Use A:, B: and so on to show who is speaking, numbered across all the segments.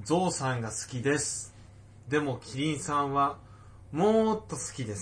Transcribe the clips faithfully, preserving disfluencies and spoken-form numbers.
A: ゾウさんが好きです。でもキリンさんはもっと好きです。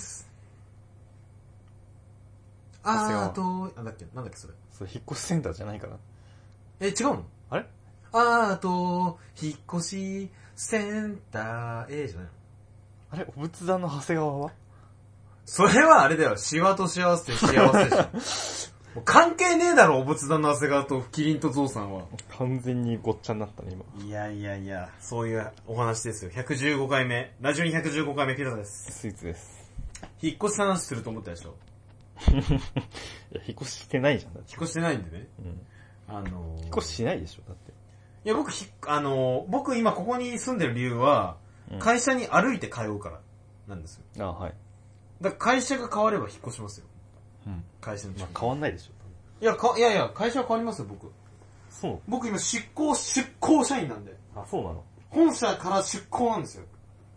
A: あーと、なんだっけ、なんだっけそれ。
B: それ引っ越しセンターじゃないかな。
A: え、違うの？
B: あれ？
A: あーと、引っ越しセンター A じゃないの？
B: あれ、お仏壇の長谷川は？
A: それはあれだよ、シワと幸せで幸せでしょ。もう関係ねえだろ、お仏壇の長谷川とキリンとゾウさんは。
B: 完全にごっちゃになったね、今。
A: いやいやいや、そういうお話ですよ。ひゃくじゅうごかいめ。ラジオにひゃくじゅうごかいめピザです。
B: スイーツです。
A: 引っ越しの話すると思ったでしょ。
B: いや、引っ越ししてないじゃん、だって。
A: 引っ越してないんでね。
B: うん。
A: あのー、
B: 引っ越ししないでしょ、だって。
A: いや、僕ひ、あのー、僕今ここに住んでる理由は、うん、会社に歩いて通うから、なんですよ。
B: ああ、はい。
A: だから会社が変われば引っ越しますよ。
B: うん。
A: 会社の。
B: まあ、変わんないでしょ。
A: いや、か、いやいや、会社は変わりますよ、僕。
B: そう。
A: 僕今出向、出向社員なんで。
B: あ、そうなの？
A: 本社から出向なんですよ。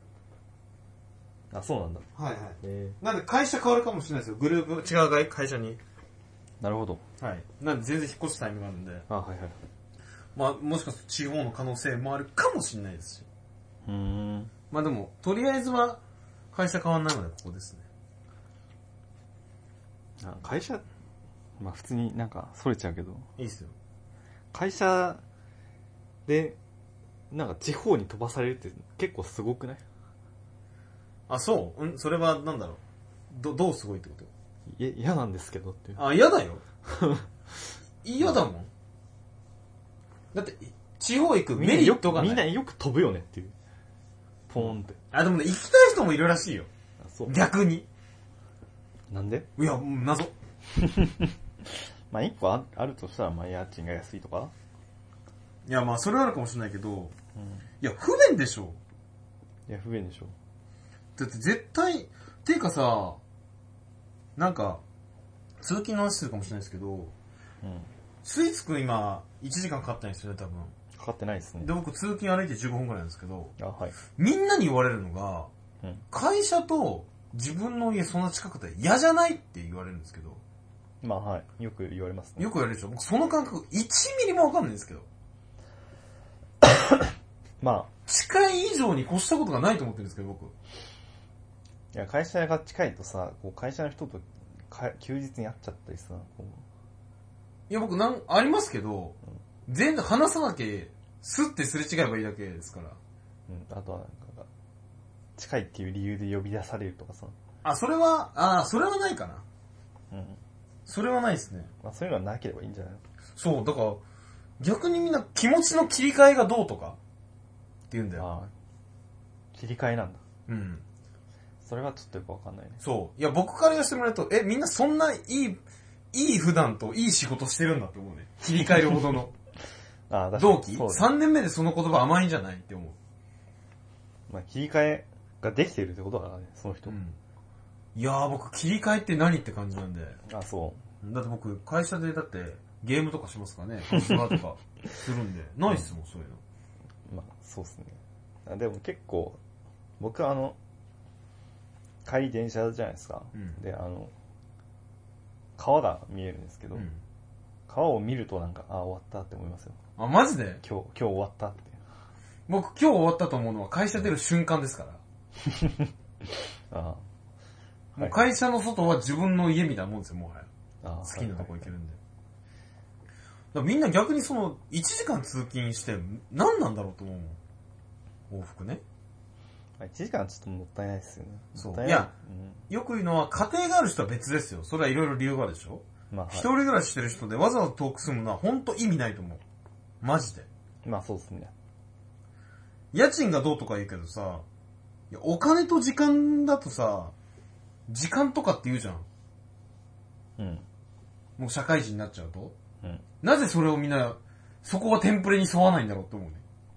B: あ、そうなんだ。
A: はいはい。
B: え
A: ー、なんで会社変わるかもしれないですよ。グループ、違う会社に。
B: なるほど。
A: はい。なんで全然引っ越すタイミングがあるんで。
B: あ、はいはい。
A: まあ、もしかすると地方の可能性もあるかもしれないですし。
B: うーん。
A: まあでも、とりあえずは会社変わんないのでここですね。
B: あ、会社、まあ普通になんかそれちゃうけど。
A: いいっすよ。
B: 会社で、なんか地方に飛ばされるって結構すごくない？
A: あ、そううん、それはなんだろう。ど、どうすごいってこと？
B: いや、嫌なんですけどっていう。
A: あ、嫌だよ。嫌だもん。だって、地方行くメリットがない。
B: みんなよく飛ぶよねっていう。ポーンって。
A: あ、でもね、行きたい人もいるらしいよ。
B: あ、そう。
A: 逆に。
B: なんで？
A: いや、謎。
B: まあ一個 あ, あるとしたら、まあ家賃が安いとか。
A: いや、まあそれはあるかもしれないけど、うん、いや、不便でしょ。
B: いや、不便でしょ。
A: だって絶対、ていうかさ、なんか、通勤の話するかもしれないですけど、うん、スイーツくん今、いちじかんかかったんですよね、多分。
B: かかってないですね。
A: で、僕通勤歩いてじゅうごふんくらいなんですけど、
B: あ、はい。
A: みんなに言われるのが、うん、会社と自分の家そんな近くて嫌じゃないって言われるんですけど。
B: まあはい。よく言われますね。
A: よく言われるでしょ。僕その感覚いちミリもわかんないんですけど。
B: まあ。
A: 近い以上に越したことがないと思ってるんですけど、僕。
B: いや、会社が近いとさ、こう会社の人とか休日に会っちゃったりさ、こう
A: いや、僕なん、ありますけど、うん、全然話さなきゃ、スッてすれ違えばいいだけですから。
B: うん、あとはなんか、近いっていう理由で呼び出されるとかさ。
A: あ、それは、あ、それはないかな。うん。それはないですね。
B: まあそういうのはなければいいんじゃないの？
A: そう、だから、逆にみんな気持ちの切り替えがどうとかって言うんだよ。あ
B: あ、切り替えなんだ。
A: うん。
B: それはちょっとよくわかんないね。
A: そう。いや、僕から言わせてもらうと、え、みんなそんないい、いい普段といい仕事してるんだって思うね。切り替えるほどの。ああ、同期、ね、さんねんめでその言葉甘いんじゃないって思う。
B: まあ、切り替えができてるってことだからね、その人。うん、
A: いやー、僕、切り替えって何って感じなんで。
B: あ、そう。
A: だって僕、会社でだって、ゲームとかしますからね。パスワーとかするんで。ないっすもん、そういうの。
B: まあ、そうっすね。でも結構、僕はあの、帰り電車じゃないですか。うん、で、あの、川が見えるんですけど、うん、川を見るとなんか、あ、終わったって思いますよ。
A: あ、マジで？
B: 今日、今日終わったって。
A: 僕、今日終わったと思うのは会社出る瞬間ですから。
B: ああ、
A: もう会社の外は自分の家みたいなもんですよ、もはや。ああ、好きなとこ行けるんで。だからみんな逆にその、いちじかん通勤して、何なんだろうと思うもん。往復ね。
B: いちじかんちょっともったいないですよね。
A: そう。いや、うん、よく言うのは、家庭がある人は別ですよ。それはいろいろ理由があるでしょ。まあ、はい、一人暮らししてる人でわざわざ遠く住むのは本当意味ないと思う。マジで。
B: まあそうですね。
A: 家賃がどうとか言うけどさ、いやお金と時間だとさ、時間とかって言うじゃん。うん。もう社会人になっちゃうと。うん。なぜそれをみんな、そこはテンプレに沿わないんだろうって思うね。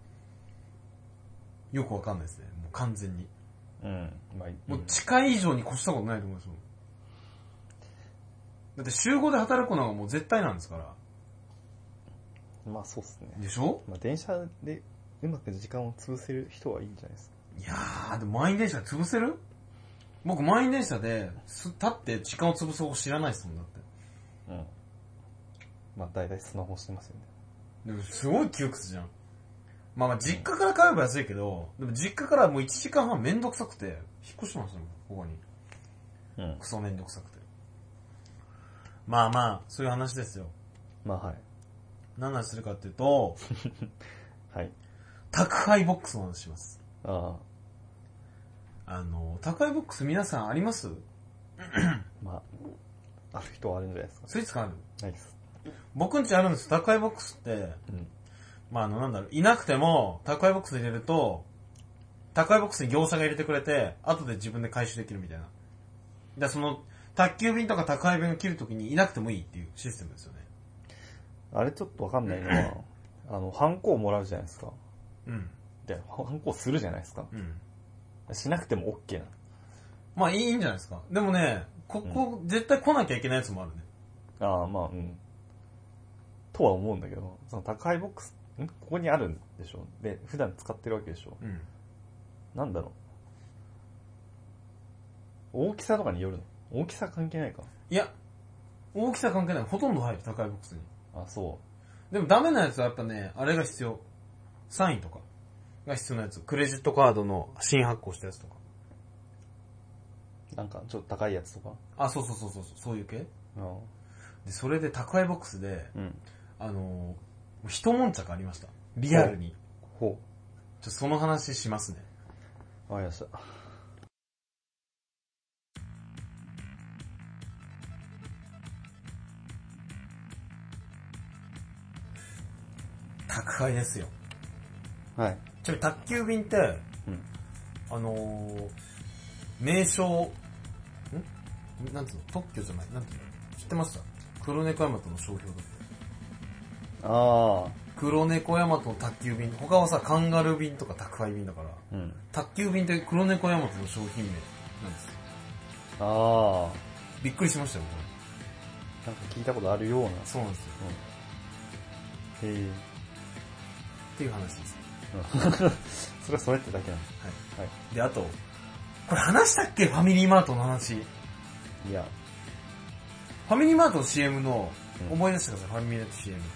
A: よくわかんないですね。もう完全に。うん。まあ、もう近い以上に越したことないと思いますよ。だって週ごで働くのがもう絶対なんですから。
B: まあそうっすね。
A: でしょ？
B: まあ電車でうまく時間を潰せる人はいいんじゃないですか。
A: いやー、でも満員電車で潰せる？僕満員電車で立って時間を潰す方法知らないっすもんだって。
B: うん。まあ大体スマホしてますよね。
A: でもすごい窮屈じゃん。 まあまあ実家から通えば安いけど、でも実家からもういちじかんはんめんどくさくて、引っ越しましたもん、ここに。うん。クソめんどくさくて。まあまあ、そういう話ですよ。
B: まあはい。
A: 何の話するかっていうと、
B: はい。
A: 宅配ボックスの話します。
B: あ
A: あ。あの、宅配ボックス皆さんあります？
B: まあ、ある人はあるんじゃないですか。
A: スイーツかある？
B: ないです。
A: 僕んちあるんです。宅配ボックスって、うん、まああのなんだろう、いなくても宅配ボックス入れると、宅配ボックスに業者が入れてくれて、後で自分で回収できるみたいな。で、その、宅急便とか宅配便を切るときにいなくてもいいっていうシステムですよね。
B: あれちょっとわかんないのは、あの、ハンコをもらうじゃないですか。
A: うん。
B: で、ハンコをするじゃないですか。うん。しなくても OK な。
A: まあいいんじゃないですか。でもね、ここ、うん、絶対来なきゃいけないやつもあるね。
B: ああ、まあ、うん。とは思うんだけど、その宅配ボックス、んここにあるんでしょで、普段使ってるわけでしょうん。なんだろう。大きさとかによるの？大きさ関係ないか？
A: いや、大きさ関係ない。ほとんど入る、宅配ボックスに。
B: あ、そう。
A: でもダメなやつはやっぱね、あれが必要。サインとかが必要なやつ。クレジットカードの新発行したやつとか。
B: なんかちょっと高いやつとか。
A: あ、そうそうそうそう、そういう系。
B: あ
A: で、それで宅配ボックスで、うん、あのー、一悶着ありました。リアルに。
B: ほう。ほう
A: ちょその話しますね。
B: わかりました。
A: 宅配ですよ。
B: はい。
A: ちなみに宅急便って、うん、あのー、名称、んなんつうの特許じゃないなんていうの知ってました黒猫ヤマトの商標だって。
B: ああ。
A: 黒猫ヤマトの宅急便。他はさ、カンガルー便とか宅配便だから、うん、宅急便って黒猫ヤマトの商品名なんですよ。
B: ああ。
A: びっくりしましたよ、こ
B: れ。なんか聞いたことあるような。
A: そうなんですよ。
B: うん、へえ。
A: っていう話です。
B: それはそれってだけなの。
A: はい。はい。で、あと、これ話したっけファミリーマートの話。
B: いや。
A: ファミリーマートの シーエム の、うん、思い出してください、ファミリーマート シーエム。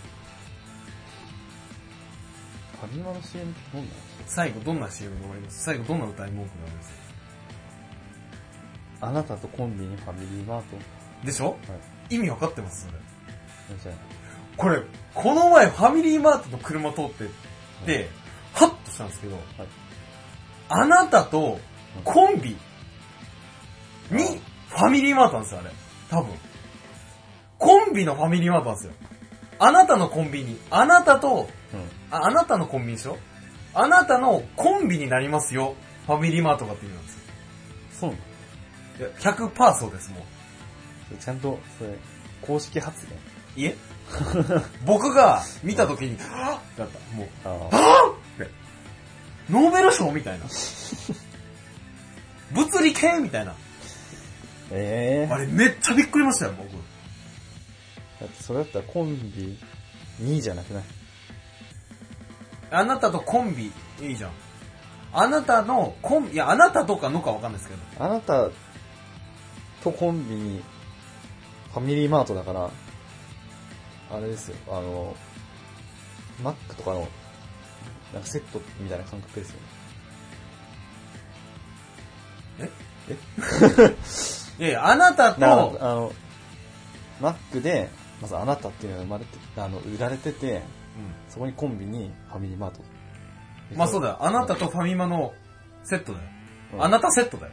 B: ファミマの シーエム ってどんな
A: 最後どんな シーエム が終わります最後どんな歌い文句があります
B: あなたとコンビニファミリーマート
A: でしょ、はい、意味わかってますそれ。これ、この前ファミリーマートの車通ってって、はい、はっとしたんですけど、はい、あなたとコンビにファミリーマートなんですよ、あれ。多分。コンビのファミリーマートなんですよ。あなたのコンビニ。あなたと、うん、あ、あなたのコンビニでしょあなたのコンビになりますよ。ファミリーマートがって意味なんですよ。
B: そうなの？
A: いや、ひゃくパーセント そうです、も
B: う。ちゃんと、それ、公式発言？
A: いえ僕が見たときに、はぁってなった。もう、はぁって。ノーベル賞みたいな。物理系みたいな。
B: ええー。
A: あれめっちゃびっくりましたよ、僕。
B: だってそれだったらコンビにじゃなくない？
A: あなたとコンビ、いいじゃん。あなたのコンビ、いや、あなたとかのかわかんないですけど。
B: あなたとコンビに、ファミリーマートだから、あれですよ、あの、マックとかの、なんかセットみたいな感覚ですよね。
A: ええいやいや、あなたと、
B: あの、マックで、まずあなたっていうのが生まれて、あの、売られてて、うん、そこにコンビにファミリーマート。
A: まあそうだよ。あなたとファミマのセットだよ。うん、あなたセットだよ。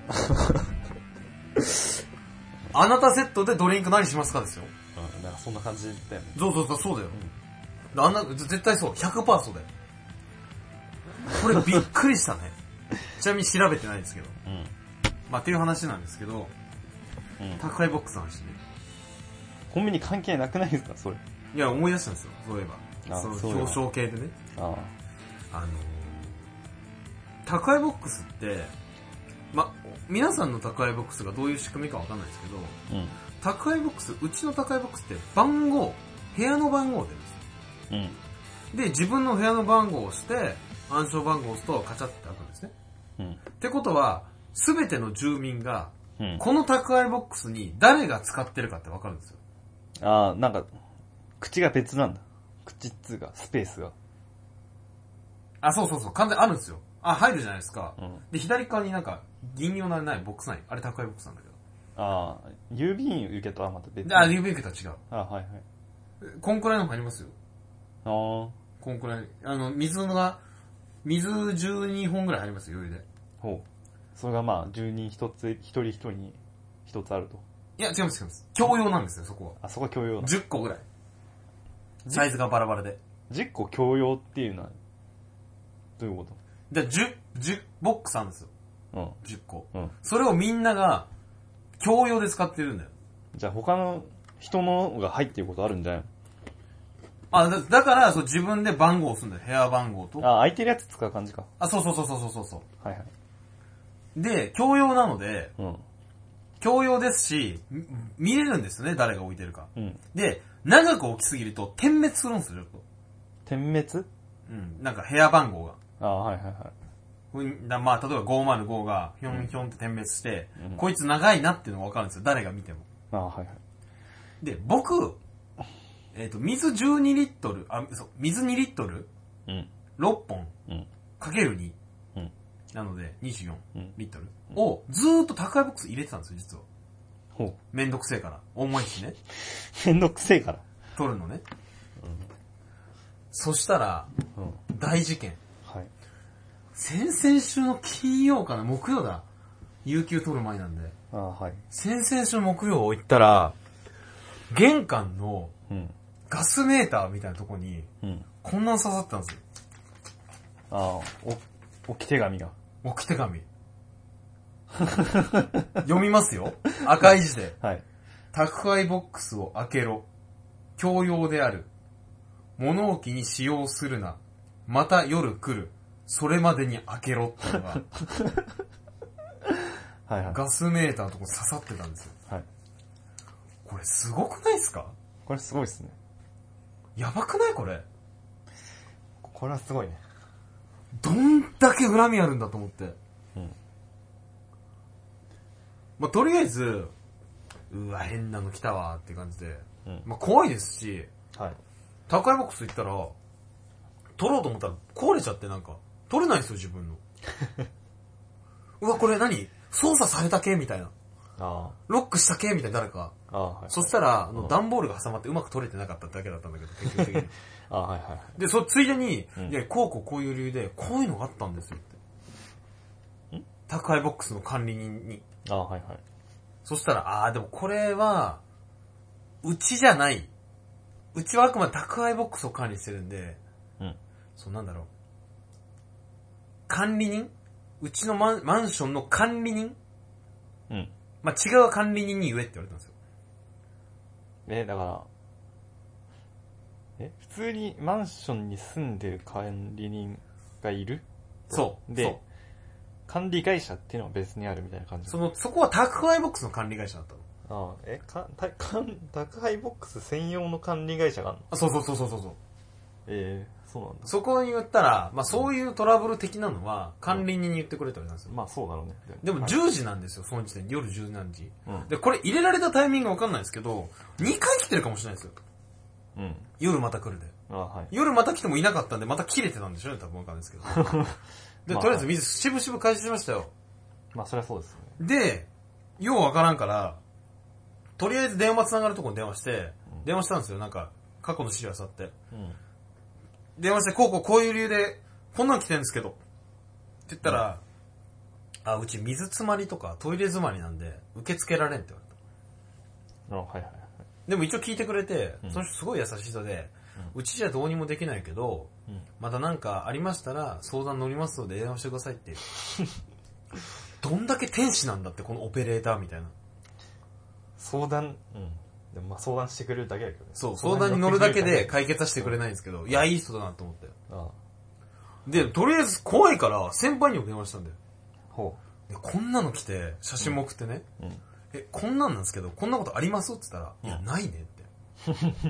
A: あなたセットでドリンク何しますかですよ。
B: うん、なんかそんな感じだよね。
A: そうそうそう、そうだよ。うん、あんな、絶対そう。ひゃくパーセント そうだよ。これびっくりしたね。ちなみに調べてないですけど。うん、まあっていう話なんですけど、うん、宅配ボックスの話ね。
B: コンビニ関係なくないですかそれ。
A: いや、思い出したんですよ。そういえば。その表彰系でね。ああ。あのー、宅配ボックスって、ま、皆さんの宅配ボックスがどういう仕組みかわかんないですけど、うん、宅配ボックス、うちの宅配ボックスって番号、部屋の番号を出るんですよ。うん、で、自分の部屋の番号を押して、暗証番号を押すとカチャって開くんですね。うん、ってことは、すべての住民が、うん、この宅配ボックスに誰が使ってるかってわかるんですよ。
B: ああ、なんか、口が別なんだ。口っつうか、スペースが。
A: あ、そうそうそう、完全あるんですよ。あ、入るじゃないですか。うん、で、左側になんか、銀色のないボックスない。あれ宅配ボックスなんだけど。
B: ああ、郵便受けとはまた別
A: に。あ、郵便受けとは違う。
B: あ、はいはい。
A: こんくらいの入りますよ。
B: ああ。
A: こんくらい。あの、水が、水じゅうにほんぐらい入りますよ、余裕で。
B: ほう。それがまあ、じゅうにん一つ、一人一人に一つあると。
A: いや、違います、違います。共用なんですよ、そこは。
B: あ、そこは共用
A: じゅっこぐらい。サイズがバラバラで。
B: じゅっこ共用っていうのは、どういうこと？
A: で、じゅう、じゅうボックスあるんですよ。
B: うん。
A: じゅっこ。
B: うん。
A: それをみんなが、共用で使ってるんだよ。
B: じゃあ他の人のが入ってることあるんじゃないの？
A: あ、だ, だから、そう自分で番号を押すんだよ。部屋番号と。
B: あ、空いてるやつ使う感じか。
A: あ、そうそうそうそうそうそう。
B: はいはい。
A: で、共用なので、
B: うん。
A: 共用ですし、見れるんですよね、誰が置いてるか。
B: うん。
A: で、長く置きすぎると点滅するんですよ、ちょっと。
B: 点滅？
A: うん。なんか部屋番号が。
B: ああ、はいはいはい。
A: まあ、例えばごーまるごがひょんひょんって点滅して、うん、こいつ長いなっていうのがわかるんですよ。誰が見ても。
B: ああ、はいはい。
A: で、僕、えっ、ー、と、水じゅうにリットル、あ、そう、水にリットル、
B: うん、
A: ろっぽん、
B: うん、
A: かけるに、
B: うん、
A: なのでにじゅうよんリットル、
B: うん、
A: をずーっと宅配ボックス入れてたんですよ、実は。
B: ほう。
A: めんどくせえから。重いしね。
B: めんどくせえから。
A: 取るのね。
B: うん、
A: そしたら、うん、大事件。
B: はい。
A: 先々週の金曜かな、木曜だ。有給取る前なんで。
B: ああ、はい。
A: 先々週の木曜行ったら、玄関のガスメーターみたいなとこに、こんなの刺さってたんですよ。
B: ああ、お、置き手紙が。
A: 置き手紙。読みますよ。赤い字で。
B: はい。
A: 宅配ボックスを開けろ。共用である。物置に使用するな。また夜来る。それまでに開けろっていうのが、はいはい、ガスメーターのとこ刺さってたんですよ。
B: はい。
A: これすごくないですか？
B: これすごいですね。
A: やばくないこれ。
B: これはすごいね。
A: どんだけ恨みあるんだと思って。うん。まあ、とりあえず、うわ、変なの来たわって感じで。うん。まあ、怖いですし、
B: はい。
A: 宅配ボックス行ったら、取ろうと思ったら壊れちゃってなんか、取れないんですよ、自分の。うわ、これ何操作された系みたいな。あロックした系みたいな誰か。あはいはい、そしたら、あの段ボールが挟まってうまく取れてなかっただけだったんだけど、結局的に。あはいはい、で、そついでに、うん、いや、こうこうこういう理由で、こういうのがあったんですよって。ん宅配ボックスの管理人に。あはいはい。そしたら、あーでもこれは、うちじゃない。うちはあくまで宅配ボックスを管理してるんで、うん。そうなんだろう。管理人うちのマン、マンションの管理人うん。まあ、違う管理人に言えって言われたんですよ。
B: え、だから、え、普通にマンションに住んでる管理人がいる？
A: そう。
B: で、
A: そう
B: 管理会社っていうのは別にあるみたいな感じ。
A: その、そこは宅配ボックスの管理会社だったの。
B: ああ、え、か、た、かん、宅配ボックス専用の管理会社があるの？
A: あ、そうそうそうそうそう。
B: ええー、そうなんだ。
A: そこに言ったら、まあそういうトラブル的なのは、管理人に言ってくれたわけなんですよ。
B: まあそうだろうね。
A: でもじゅうじなんですよ、その時点で。夜じゅう何時。うん、で、これ入れられたタイミングがわかんないですけど、にかい来てるかもしれないですよ。うん。夜また来るで。あはい。夜また来てもいなかったんで、また切れてたんでしょうね、多分わかんないですけど。で、とりあえず水、しぶしぶ回収しましたよ。
B: まあそりゃそうですね。
A: で、ようわからんから、とりあえず電話繋がるとこに電話して、うん、電話したんですよ、なんか、過去の資料あさって。うん電話して、こうこうこういう理由で、こんなん来てるんですけど。って言ったら、うん、あ、うち水詰まりとかトイレ詰まりなんで、受け付けられんって言われた。あ、はいはいはい。でも一応聞いてくれて、うん、その人すごい優しい人で、うん、うちじゃどうにもできないけど、うん、またなんかありましたら相談乗りますので電話してくださいって。どんだけ天使なんだって、このオペレーターみたいな。
B: 相談、うん。でもまあ相談してくれるだけだけどね。
A: そう、相談に乗るだけで解決はしてくれないんですけど、いや、いい人だなと思って。ああで、とりあえず怖いから先輩にも電話したんだよ。ほう。でこんなの来て、写真も送ってね、うんうん、え、こんなんなんですけど、こんなことありますって言ったら、うん、いや、ないねって。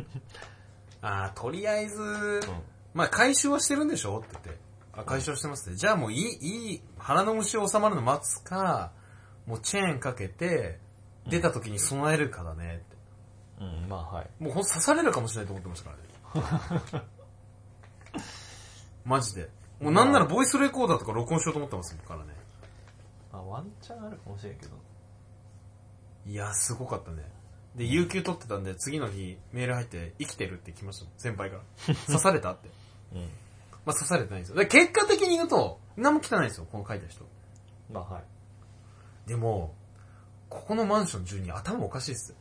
A: ああ、とりあえず、うん、まあ回収はしてるんでしょって言って。あ、回収はしてますって。じゃあもういい、いい、腹の虫収まるの待つか、もうチェーンかけて、出た時に備えるかだねって。
B: うん、まあはい。
A: もうほんと刺されるかもしれないと思ってましたからね。マジで。 もうなんならボイスレコーダーとか録音しようと思ってますからね。
C: あ、ワンチャンあるかもしれんけど。
A: いや、すごかったね。で、有給取ってたんで、次の日メール入って、生きてるって来ましたもん、先輩から。刺されたって。うん。まあ、刺されてないんですよ。で結果的に言うと、何も汚いんですよ、この書いた人。
C: まあはい。
A: でも、ここのマンション中に頭おかしいっすよ。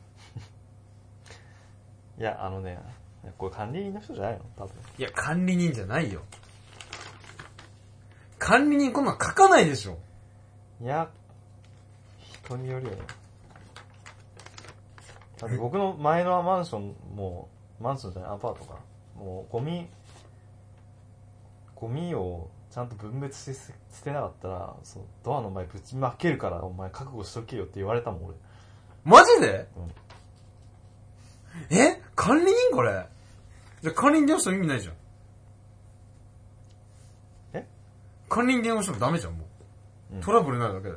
C: いや、あのね、これ管理人の人じゃないの多分。
A: いや、管理人じゃないよ。管理人こんなん書かないでしょ。
C: いや、人によるよね。だって僕の前のマンションも、マンションじゃない、アパートか。もうゴミ、ゴミをちゃんと分別して捨てなかったら、そう、ドアの前ぶちまけるからお前覚悟しとけよって言われたもん俺。
A: マジで？
C: うん。
A: え？管理人これ？じゃあ管理人電話しても意味ないじゃん。
C: え？
A: 管理人電話してもダメじゃん、もう。うん、トラブルになるだけだよ。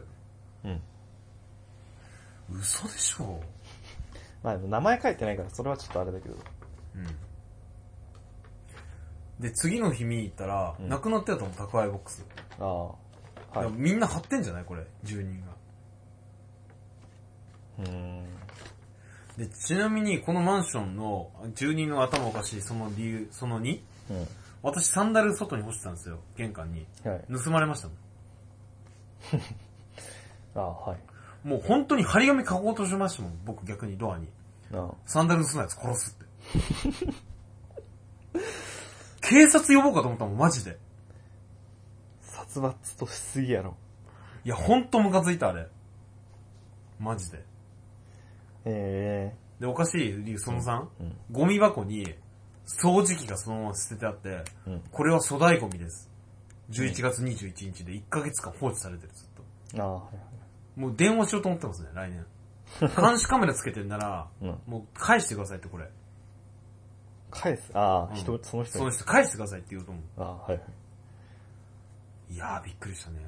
A: うん。嘘でしょ？
C: まあ名前書いてないからそれはちょっとあれだけど。
A: うん。で、次の日見に行ったら、うん、なくなってたもん、宅配ボックス。
C: ああ。
A: はい。みんな貼ってんじゃないこれ、住人が。
C: うーん。
A: で、ちなみに、このマンションの住人の頭おかしい、その理由、そのに、うん、私サンダル外に干してたんですよ、玄関に。はい。盗まれましたもん。
C: ああ、はい。
A: もう本当に張り紙書こうとしましたもん、僕逆にドアに。ああ。サンダル盗むやつ殺すって。警察呼ぼうかと思ったもん、マジで。
C: 殺伐としすぎやろ。
A: いや、ほんとムカついた、あれ。マジで。
C: え
A: ー、で、おかしい理由、そのさん、うんうん、ゴミ箱に掃除機がそのまま捨ててあって、うん、これは粗大ゴミです。じゅういちがつにじゅういちにちでいっかげつかん放置されてる、ずっと。ああ、はいはい。もう電話しようと思ってますね、来年。監視カメラつけてんなら、うん、もう返してくださいって、これ。
C: 返すああ、うん、人、その人。
A: その人、返してくださいって言うと思う。
C: ああ、はいはい。
A: いやー、びっくりしたね。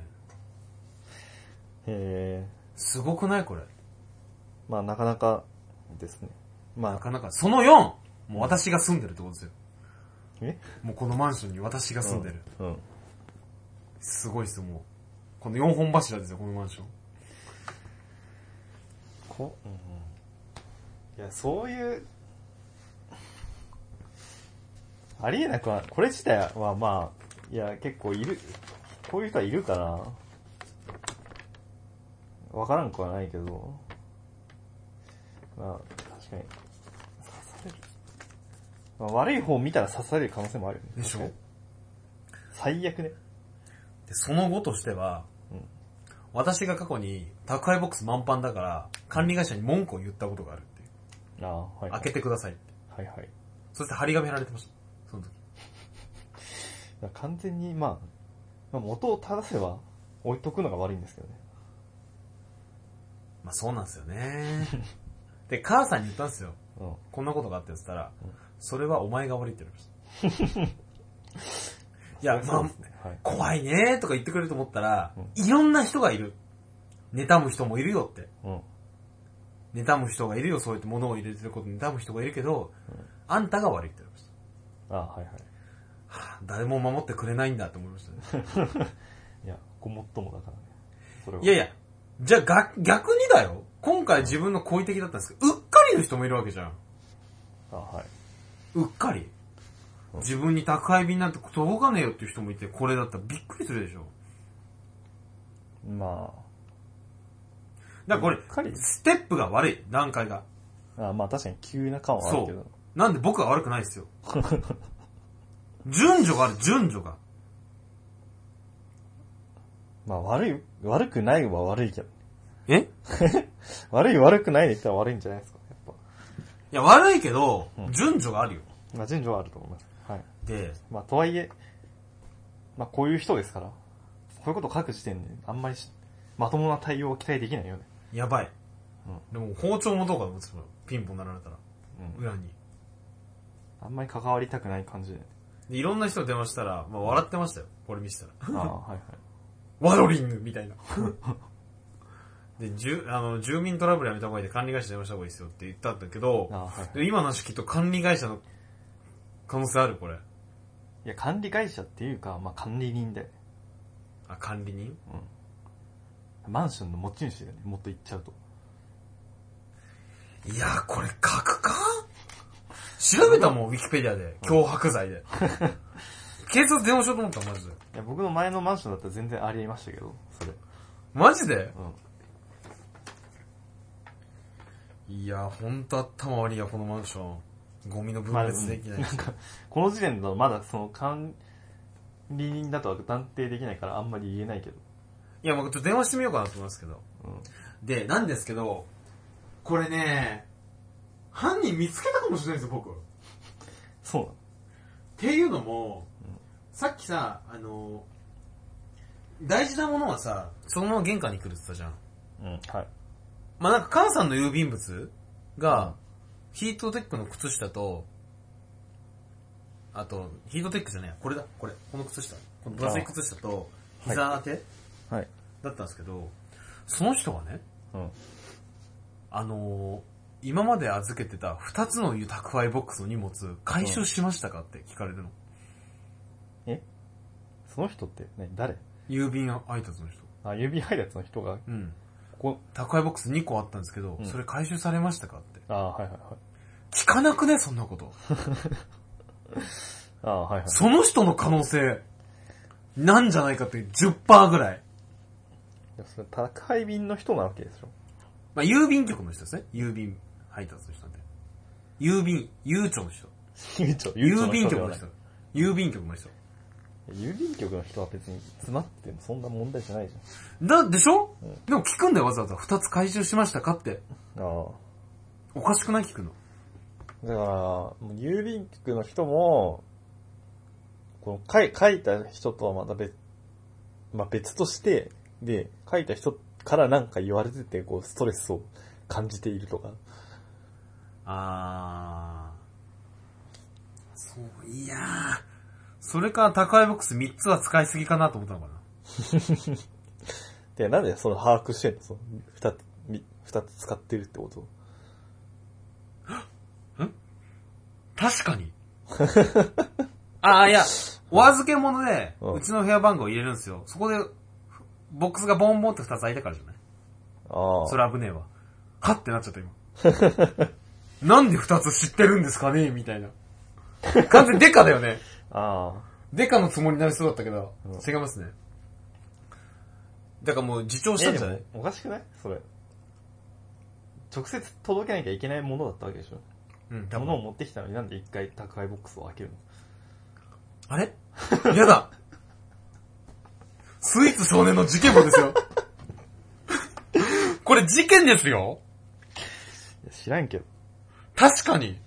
C: へー。
A: すごくないこれ。
C: まあ、なかなかですね。まあ。
A: なかなか。そのよん、もう私が住んでるってことですよ。
C: え？
A: もうこのマンションに私が住んでる。
C: うん。うん、
A: すごいっすよ、もう。このよんほん柱ですよ、このマンション。
C: こ、うん、いや、そういう、ありえなくは、これ自体はまあ、いや、結構いる、こういう人はいるかな。わからんくはないけど、まあ、確かに、刺される。まあ、悪い方を見たら刺される可能性もあるよね。
A: でしょ？
C: 最悪ね。
A: で、その後としては、うん、私が過去に宅配ボックス満帆だから、管理会社に文句を言ったことがあるっていう。
C: ああ、はい、はい。
A: 開けてくださいって。
C: はいはい。
A: そして張り紙貼られてました。その時。
C: 完全に、まあ、まあ、元を正せば置いとくのが悪いんですけどね。
A: まあそうなんですよね。で、母さんに言ったんですよ。うん、こんなことがあって言ったら、うん、それはお前が悪いって言われました。いや、まあ、ねはい、怖いねーとか言ってくれると思ったら、うん、いろんな人がいる。妬む人もいるよって。うん、妬む人がいるよ、そうやって物を入れてることに妬む人がいるけど、うん、あんたが悪いって言われました。
C: ああ、はいはい。
A: はあ、誰も守ってくれないんだって思いましたね。
C: いや、ごもっともだからね。
A: それはいやいや、じゃあが逆にだよ。今回自分の好意的だったんですけど、うっかりの人もいるわけじゃん。
C: あ、はい。
A: うっかり。自分に宅配便なんて届かねえよっていう人もいて、これだったらびっくりするでしょ。
C: まあ。
A: だからこれ、ステップが悪い、段階が。
C: ああ、まあ確かに急な感はあるけど。
A: そう。なんで僕は悪くないですよ。順序がある、順序が。
C: まあ悪い、悪くないは悪いけど。
A: え
C: 悪い悪くないで言ったら悪いんじゃないですか、やっぱ。
A: いや、悪いけど、うん、順序があるよ。
C: まあ順序はあると思います。はい。
A: で、
C: まあとはいえ、まあこういう人ですから、こういうことを書く時点で、あんまりまともな対応は期待できないよね。
A: やばい。うん、でも包丁もどうかと思ってた。ピンポン鳴られたら。うん、裏に。
C: あんまり関わりたくない感じで。
A: でいろんな人電話したら、まあ笑ってましたよ。これ見せたら。
C: ああ、はいはい。
A: ワロリングみたいな。で、住、あの、住民トラブルやめた方がいいで管理会社電話した方がいいですよって言ったんだけど、ああはい、で今の話きっと管理会社の可能性あるこれ。
C: いや、管理会社っていうか、まあ、管理人だよね。
A: あ、管理人？
C: うん。マンションの持ち主だよね、もっと言っちゃうと。
A: いやー、これ書くか？調べたもん、ウィキペディアで。脅迫罪で。警察電話しようと思った、マジで。
C: いや、僕の前のマンションだったら全然ありえましたけど、それ。
A: マジで？
C: うん。
A: いやー、ほんと頭悪いや、このマンション。ゴミの分別できないし。
C: まあ、なんか、この時点でまだその管理人だとは断定できないからあんまり言えないけど。
A: いや、僕ちょっと電話してみようかなと思いますけど。
C: うん。
A: で、なんですけど、これね、犯人見つけたかもしれないんですよ、僕。
C: そうなの？
A: っていうのも、うん、さっきさ、あの、大事なものはさ、そのまま玄関に来るって言ったじゃん。
C: うん、はい。
A: まあ、なんか、母さんの郵便物が、うん、ヒートテックの靴下と、あと、ヒートテックじゃねえ、これだ、これ、この靴下。この分厚い靴下と、膝当て、
C: はい、
A: だったんですけど、その人がね、
C: うん、
A: あのー、今まで預けてた二つの宅配ボックスの荷物、回収しましたかって聞かれるの。
C: うん、えその人って何誰？
A: 郵便配達の人。
C: あ、郵便配達の人が
A: うん。ここ、宅配ボックスにこあったんですけど、うん、それ回収されましたかって。
C: ああ、はいはいはい。
A: 聞かなくねそんなこと。
C: ああ、はいはい。
A: その人の可能性、なんじゃないかって じゅっパーセント ぐらい。
C: いや、それ宅配便の人なわけでしょ。
A: まあ、郵便局の人ですね。郵便配達の人なんで。郵便、郵長の人。
C: 郵長、
A: 郵便局の人。郵便局の人。
C: 郵便局の人は別に詰まってもそんな問題じゃないじ
A: ゃん。だ、でしょ、うん、でも聞くんだよ、わざわざ。二つ回収しましたかって。
C: ああ。
A: おかしくない聞くの。
C: だから、もう郵便局の人も、この書い、書いた人とはまた別、まあ別として、で、書いた人からなんか言われてて、こう、ストレスを感じているとか。
A: あー。そう、いやー。それか宅配ボックスみっつは使いすぎかなと思ったのかな。
C: で、なんでその把握してんの？その二つ、二つ使ってるってこと？
A: ん？確かに。あー、いや、お預け物で、うちの部屋番号入れるんですよ。そこで、ボックスがボンボンって二つ開いたからじゃない？
C: ああ。
A: それ危ねえわ。はってなっちゃった今。なんで二つ知ってるんですかねみたいな。完全にデカだよね。
C: ああ。
A: デカのつもりになりそうだったけど、うん、違いますね。だからもう自重したんじゃない？
C: おかしくない？それ。直接届けなきゃいけないものだったわけでしょ？うん。物を持ってきたのになんで一回宅配ボックスを開けるの？
A: あれ？やだ。スイーツ少年の事件簿ですよ。これ事件ですよ。
C: いや知らんけど。
A: 確かに。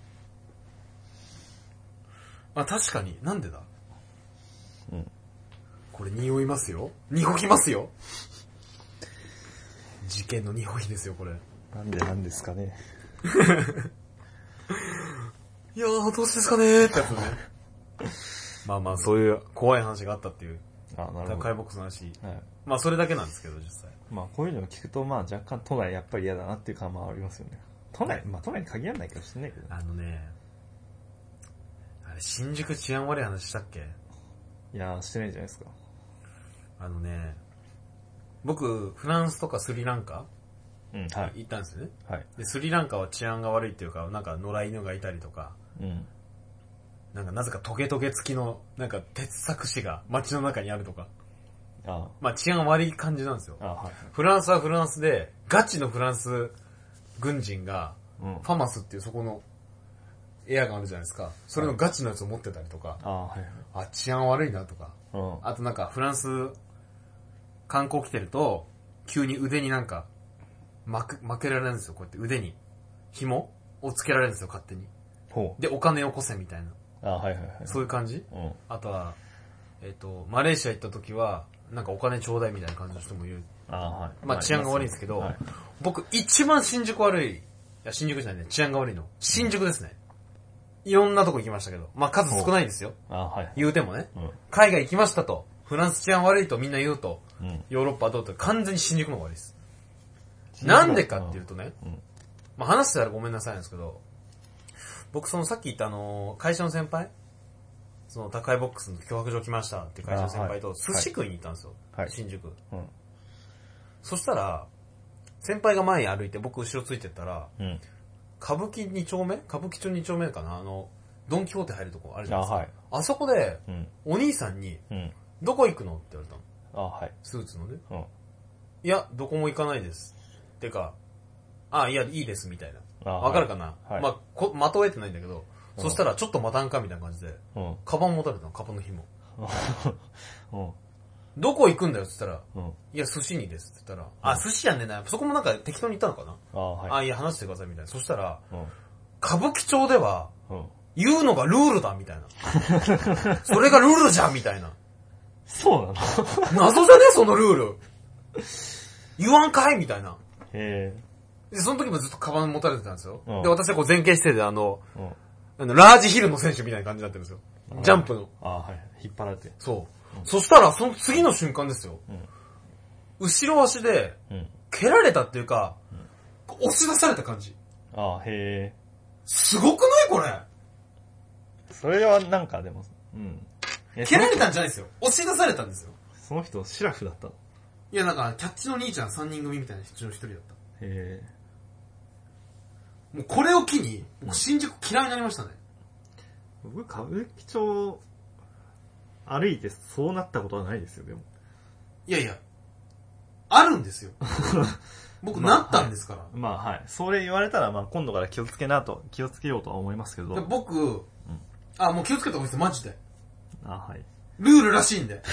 A: あ、確かに。なんでだ？
C: うん。
A: これ匂いますよ。匂きますよ。事件の匂いですよ、これ。
C: なんでなんですかね。
A: いやー、どうしてですかねーってやつね。まあまあ、そういう怖い話があったっていう。
C: あ、なるほど。
A: 宅配ボックスの話。
C: はい。
A: まあ、それだけなんですけど、実際。
C: まあ、こういうのを聞くと、まあ、若干都内やっぱり嫌だなっていう感もありますよね。都内、まあ、都内に限らないかもしれないけど。
A: あのね、あれ、新宿治安悪い話したっけ？
C: いやー、してないじゃないですか。
A: あのね、僕、フランスとかスリランカ
C: うん、はい。
A: 行ったんですよね。
C: はい。
A: で、スリランカは治安が悪いっていうか、なんか野良犬がいたりとか、
C: うん。
A: なんかなぜかトゲトゲ付きの、なんか鉄柵市が街の中にあるとか。
C: ああ。
A: まあ治安悪い感じなんですよ。
C: ああ、はい。
A: フランスはフランスで、ガチのフランス軍人が、
C: うん、
A: ファマスっていうそこのエアがあるじゃないですか。それのガチのやつを持ってたりとか、
C: ああ、はい。
A: あ、治安悪いなとか。
C: うん。
A: あとなんかフランス観光来てると、急に腕になんか、巻く、巻けられるんですよ。こうやって腕に紐をつけられるんですよ、勝手に。
C: ほう。
A: で、お金よこせみたいな。
C: ああ、はいはいはい。
A: そういう感じ？
C: うん。
A: あとは、えっと、マレーシア行った時は、なんかお金ちょうだいみたいな感じの人もいる。
C: ああ、はい。
A: まあ治安が悪いんですけど、
C: はい、
A: 僕一番新宿悪い、いや新宿じゃないね、治安が悪いの。新宿ですね。いろんなとこ行きましたけど、まあ数少ないですよ。
C: ああ、はい。
A: 言うてもね、
C: うん。
A: 海外行きましたと、フランス治安悪いとみんな言うと、
C: うん、
A: ヨーロッパはどうと完全に新宿の方が悪いです。なんでかっていうとね、
C: うん、
A: まあ話してたらごめんなさいなんですけど、僕そのさっき言ったあの、会社の先輩その高いボックスの脅迫状来ましたって会社の先輩と寿司食いに行ったんですよ。はい、新宿、うん。そしたら、先輩が前に歩いて僕後ろついてったら、うん、歌舞伎に丁目歌舞伎町に丁目かなあの、ドンキホーテ入るとこあるじゃないですか。あ、はい、あそこで、うん、お兄さんに、うん、どこ行くのって言われたの。あ、はい、スーツのね、うん。いや、どこも行かないです。てか、あ、いや、いいですみたいな。わかるかな、はい、まあ、こ、的を得てないんだけど、うん、そしたらちょっと待たんかみたいな感じで、うん、カバン持たれたの、カバンの紐。うん、どこ行くんだよって言ったら、うん、いや、寿司にですって言ったら、うん、あ、寿司やんねんな。そこもなんか適当に言ったのかな。あ、はい、あ、いや、話してくださいみたいな。そしたら、うん、歌舞伎町では、うん、言うのがルールだみたいな。それがルールじゃんみたいな。
C: そうなの
A: 謎じゃねそのルール。言わんかいみたいな。へー。で、その時もずっとカバン持たれてたんですよ。うん、で、私はこう前傾姿勢であの、うん、あのラージヒルの選手みたいな感じになってるんですよ。ジャンプの。
C: あ、はい。引っ張られて。
A: そう。うん、そしたら、その次の瞬間ですよ。うん、後ろ足で、蹴られたっていうか、うん、押し出された感じ。
C: あ、へー。
A: すごくないこれ。
C: それはなんかでも、うん。
A: 蹴られたんじゃないですよ。押し出されたんですよ。
C: その人、シラフだったの？
A: いや、なんか、キャッチの兄ちゃんさんにん組みたいな人の一人だった。へー。もうこれを機に、僕新宿嫌いになりましたね。
C: 僕、歌舞伎町、歩いてそうなったことはないですよ、でも。
A: いやいや、あるんですよ。僕、なったんですから。
C: まあ、はい、まあ、はい。それ言われたら、まあ、今度から気をつけなと、気をつけようとは思いますけど。
A: 僕、うん、あ、もう気をつけた方がいいですよ、マジで。
C: あ、はい。
A: ルールらしいんで。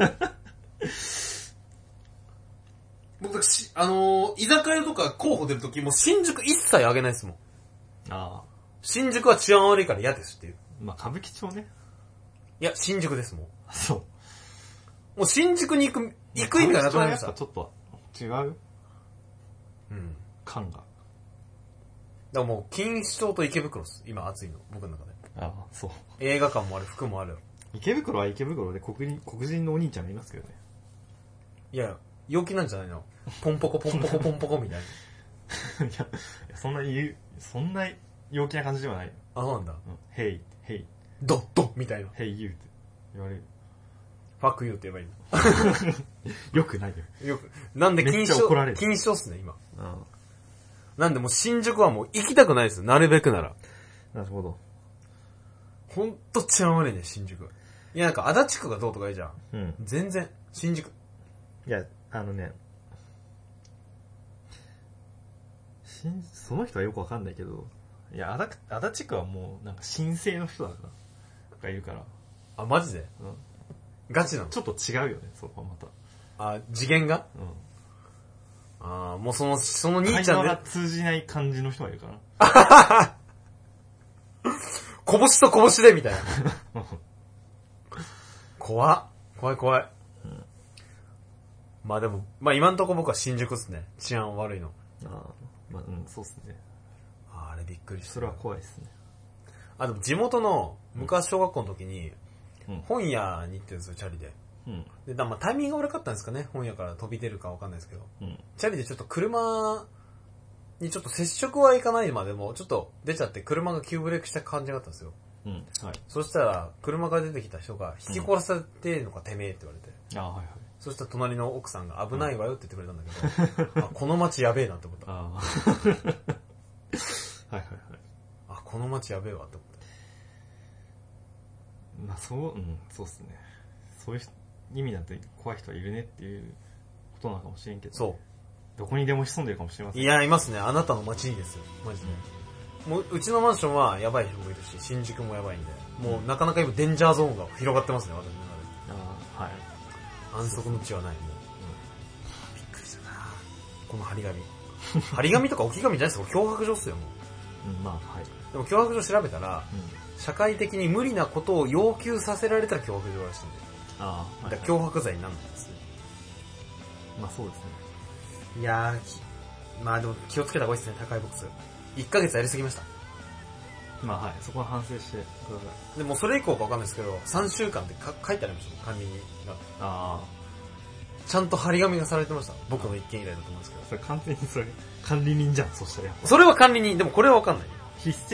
A: 僕、し、あのー、居酒屋とか候補出るときも新宿一切あげないですもん。ああ。新宿は治安悪いから嫌ですっていう。
C: まあ、歌舞伎町ね。
A: いや、新宿ですもん。
C: そう。
A: もう新宿に行く、行く意味がなくなりました。
C: ちょっと違ううん。感が。だか
A: らもう、錦糸町と池袋です。今暑いの。僕の中で。
C: ああ、そう。
A: 映画館もある、服もある。
C: 池袋は池袋で黒人、黒人のお兄ちゃんがいますけどね。
A: いや、陽気なんじゃないの？ポンポコポンポコポンポコみたい
C: な。いや、そんな言う、そんな陽気な感じではないよ。
A: あ、そうなんだ。
C: うん。ヘイ、ヘイ。
A: ドッドみたいな。
C: ヘイユーって言われる。
A: ファックユーって言えばいい
C: の。よくないよ。
A: よく。なんで禁止症、禁止症っすね、今。うん。なんでもう新宿はもう行きたくないですよ、なるべくなら。
C: なるほど。
A: ほんと治安悪いね、新宿。いや、なんか足立区がどうとかいいじゃん。うん。全然、新宿。
C: いや、あのね、新、その人はよくわかんないけど、いや、足立、足立区はもう、なんか神聖の人だから、がいるから。
A: あ、マジで？うん。ガチなの？
C: ちょっと違うよね、そこはまた。
A: あ、次元が？うん。ああ、もうその、その兄ちゃんで。
C: 会話が通じない感じの人がいるから。
A: 拳と拳でみたいな。怖っ。怖い怖い。うん、まあでも、まあ今んとこ僕は新宿っすね。治安悪いの。ああ、
C: まあうん、そうっすね。
A: あ, あれびっくりした。
C: それは怖いっすね。
A: あ、でも地元の、昔小学校の時に、うん、本屋に行ってるんですよ、チャリで。うん、で、まあタイミングが悪かったんですかね。本屋から飛び出るかわかんないですけど。うん、チャリでちょっと車にちょっと接触はいかないまでも、ちょっと出ちゃって車が急ブレークした感じがあったんですよ。うん。はい。そしたら、車から出てきた人が、引き殺されてるのか、てめえって言われて。ああ、はいはい。そしたら隣の奥さんが危ないわよって言ってくれたんだけど、あ、この街やべえなって思った。ああ。はいはいはい。あ、この街やべえわって思った。
C: まあそう、うん、そうっすね。そういう意味なんて怖い人はいるねっていうことなのかもしれんけど。そう。どこにでも潜んでるかもしれません。
A: いや、いますね。あなたの街にですよ。マジで。うん、もう、うちのマンションはやばい人もいるし、新宿もやばいんで、もうなかなか今デンジャーゾーンが広がってますね、私の中で。ああ、はい。安息の地はない、もう。うん、びっくりしたなこの張り紙。張り紙とか置き紙じゃないですよ。脅迫状っすよ、もう。うん、まあ、はい。でも脅迫状調べたら、うん、社会的に無理なことを要求させられたら脅迫状らしいんで。ああ、はい、だから脅迫罪になるんですね。
C: まあそうですね。
A: いやー、まあでも気をつけた方がいいですね、高いボックス。いっかげつやりすぎました。
C: まあはい、そこは反省してくださ
A: い。でもそれ以降かわかんないですけど、さんしゅうかんってか書いてありました、管理人が。ああ。ちゃんと張り紙がされてました。僕の一件以来だと思うんですけど。
C: それ完全にそれ、管理人じゃん、そしたらやっぱ。
A: それは管理人、でもこれはわかんない。
C: 筆跡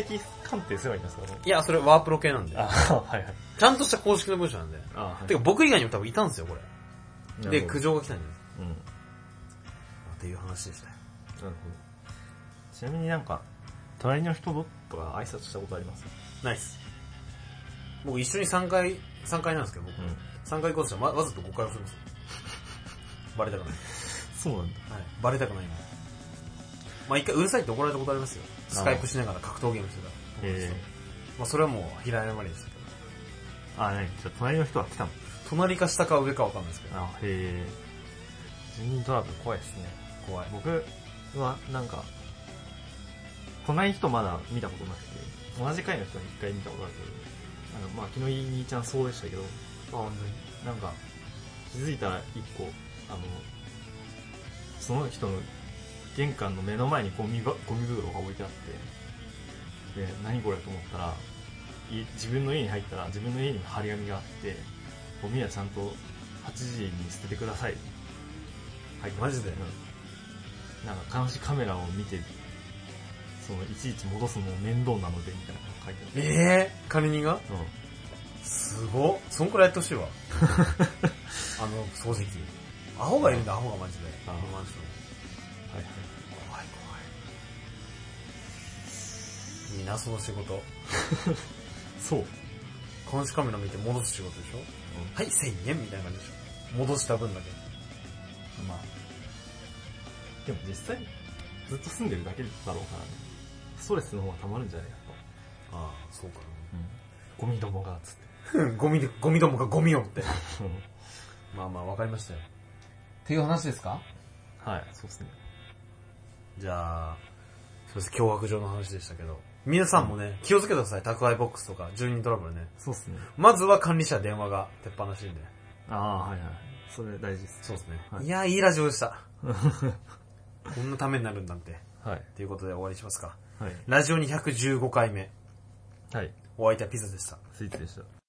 C: 鑑定すればいいんですか？
A: いや、それワープロ系なんで。
C: あ、はいはい。
A: ちゃんとした公式の文章なんで。
C: あ、はい。
A: てか僕以外にも多分いたんですよ、これ。で、苦情が来たんで。うん。っていう話でしたよ。
C: なるほど。ちなみになんか、隣の人とか挨拶したことあります？
A: ないっす。僕一緒にさんかい、さんかいなんですけど、僕。うん、さんかい行こうとしたら、ま、わざとごかい押します。バレたくない。
C: そうなんだ。
A: はい。バレたくないんで。まあ一回うるさいって怒られたことありますよ。スカイプしながら格闘ゲームしてた。へまあそれはもう平謝りでしたけ
C: ど。あ、何？じゃあ隣の人は来たの？
A: 隣か下か上かわかんないですけど。あ、
C: へえ。住人トラブル怖いですね。
A: 怖い。
C: 僕はなんか、隣の人まだ見たことなくて、同じ階の人に一回見たことあるけど、あの、まあ昨日兄ちゃんそうでしたけど、あ、本当になんか、気づいたら一個、あの、その人の玄関の目の前にゴミが、ゴミ袋が置いてあって、で、何これと思ったら、自分の家に入ったら自分の家に張り紙があって、ゴミはちゃんとはちじに捨ててください。
A: はい、マジで、
C: うん、なんか監視カメラを見て、そのいちいち戻すのも面倒なのでみたいなのが書いてある。
A: ええー、管理人が？うん。すごっ。そんくらいやってほしいわ。あの、掃除機。アホがいるんだ、アホがマジで。あのマンション。はいはい。怖い怖い。いいな、その仕事。
C: そう。
A: 監視カメラ見て戻す仕事でしょ、うん、はい、せんえんみたいな感じでしょ。戻した分だけ。
C: まあ。でも実際、ずっと住んでるだけだろうからね。ストレスの方が溜まるんじゃないやっ
A: ぱ。ああ、そうかな。
C: うん。ゴミどもが、つって。
A: ゴミで、ゴミどもがゴミをって。まあまあ、わかりましたよ。っていう話ですか？
C: はい、そうですね。
A: じゃあ、すいません、脅迫状の話でしたけど。皆さんもね、うん、気をつけてください。宅配ボックスとか、住人トラブルね。
C: そうですね。
A: まずは管理者電話が鉄板らしいんで。
C: ああ、はいはい。それ大事です。
A: そうですね。はい、いやー、いいラジオでした。こんなためになるんだって。はい。ということで終わりしますか。はい。ラジオにひゃくじゅうごかいめ。はい。お相手はピザでした。
C: スイーツでした。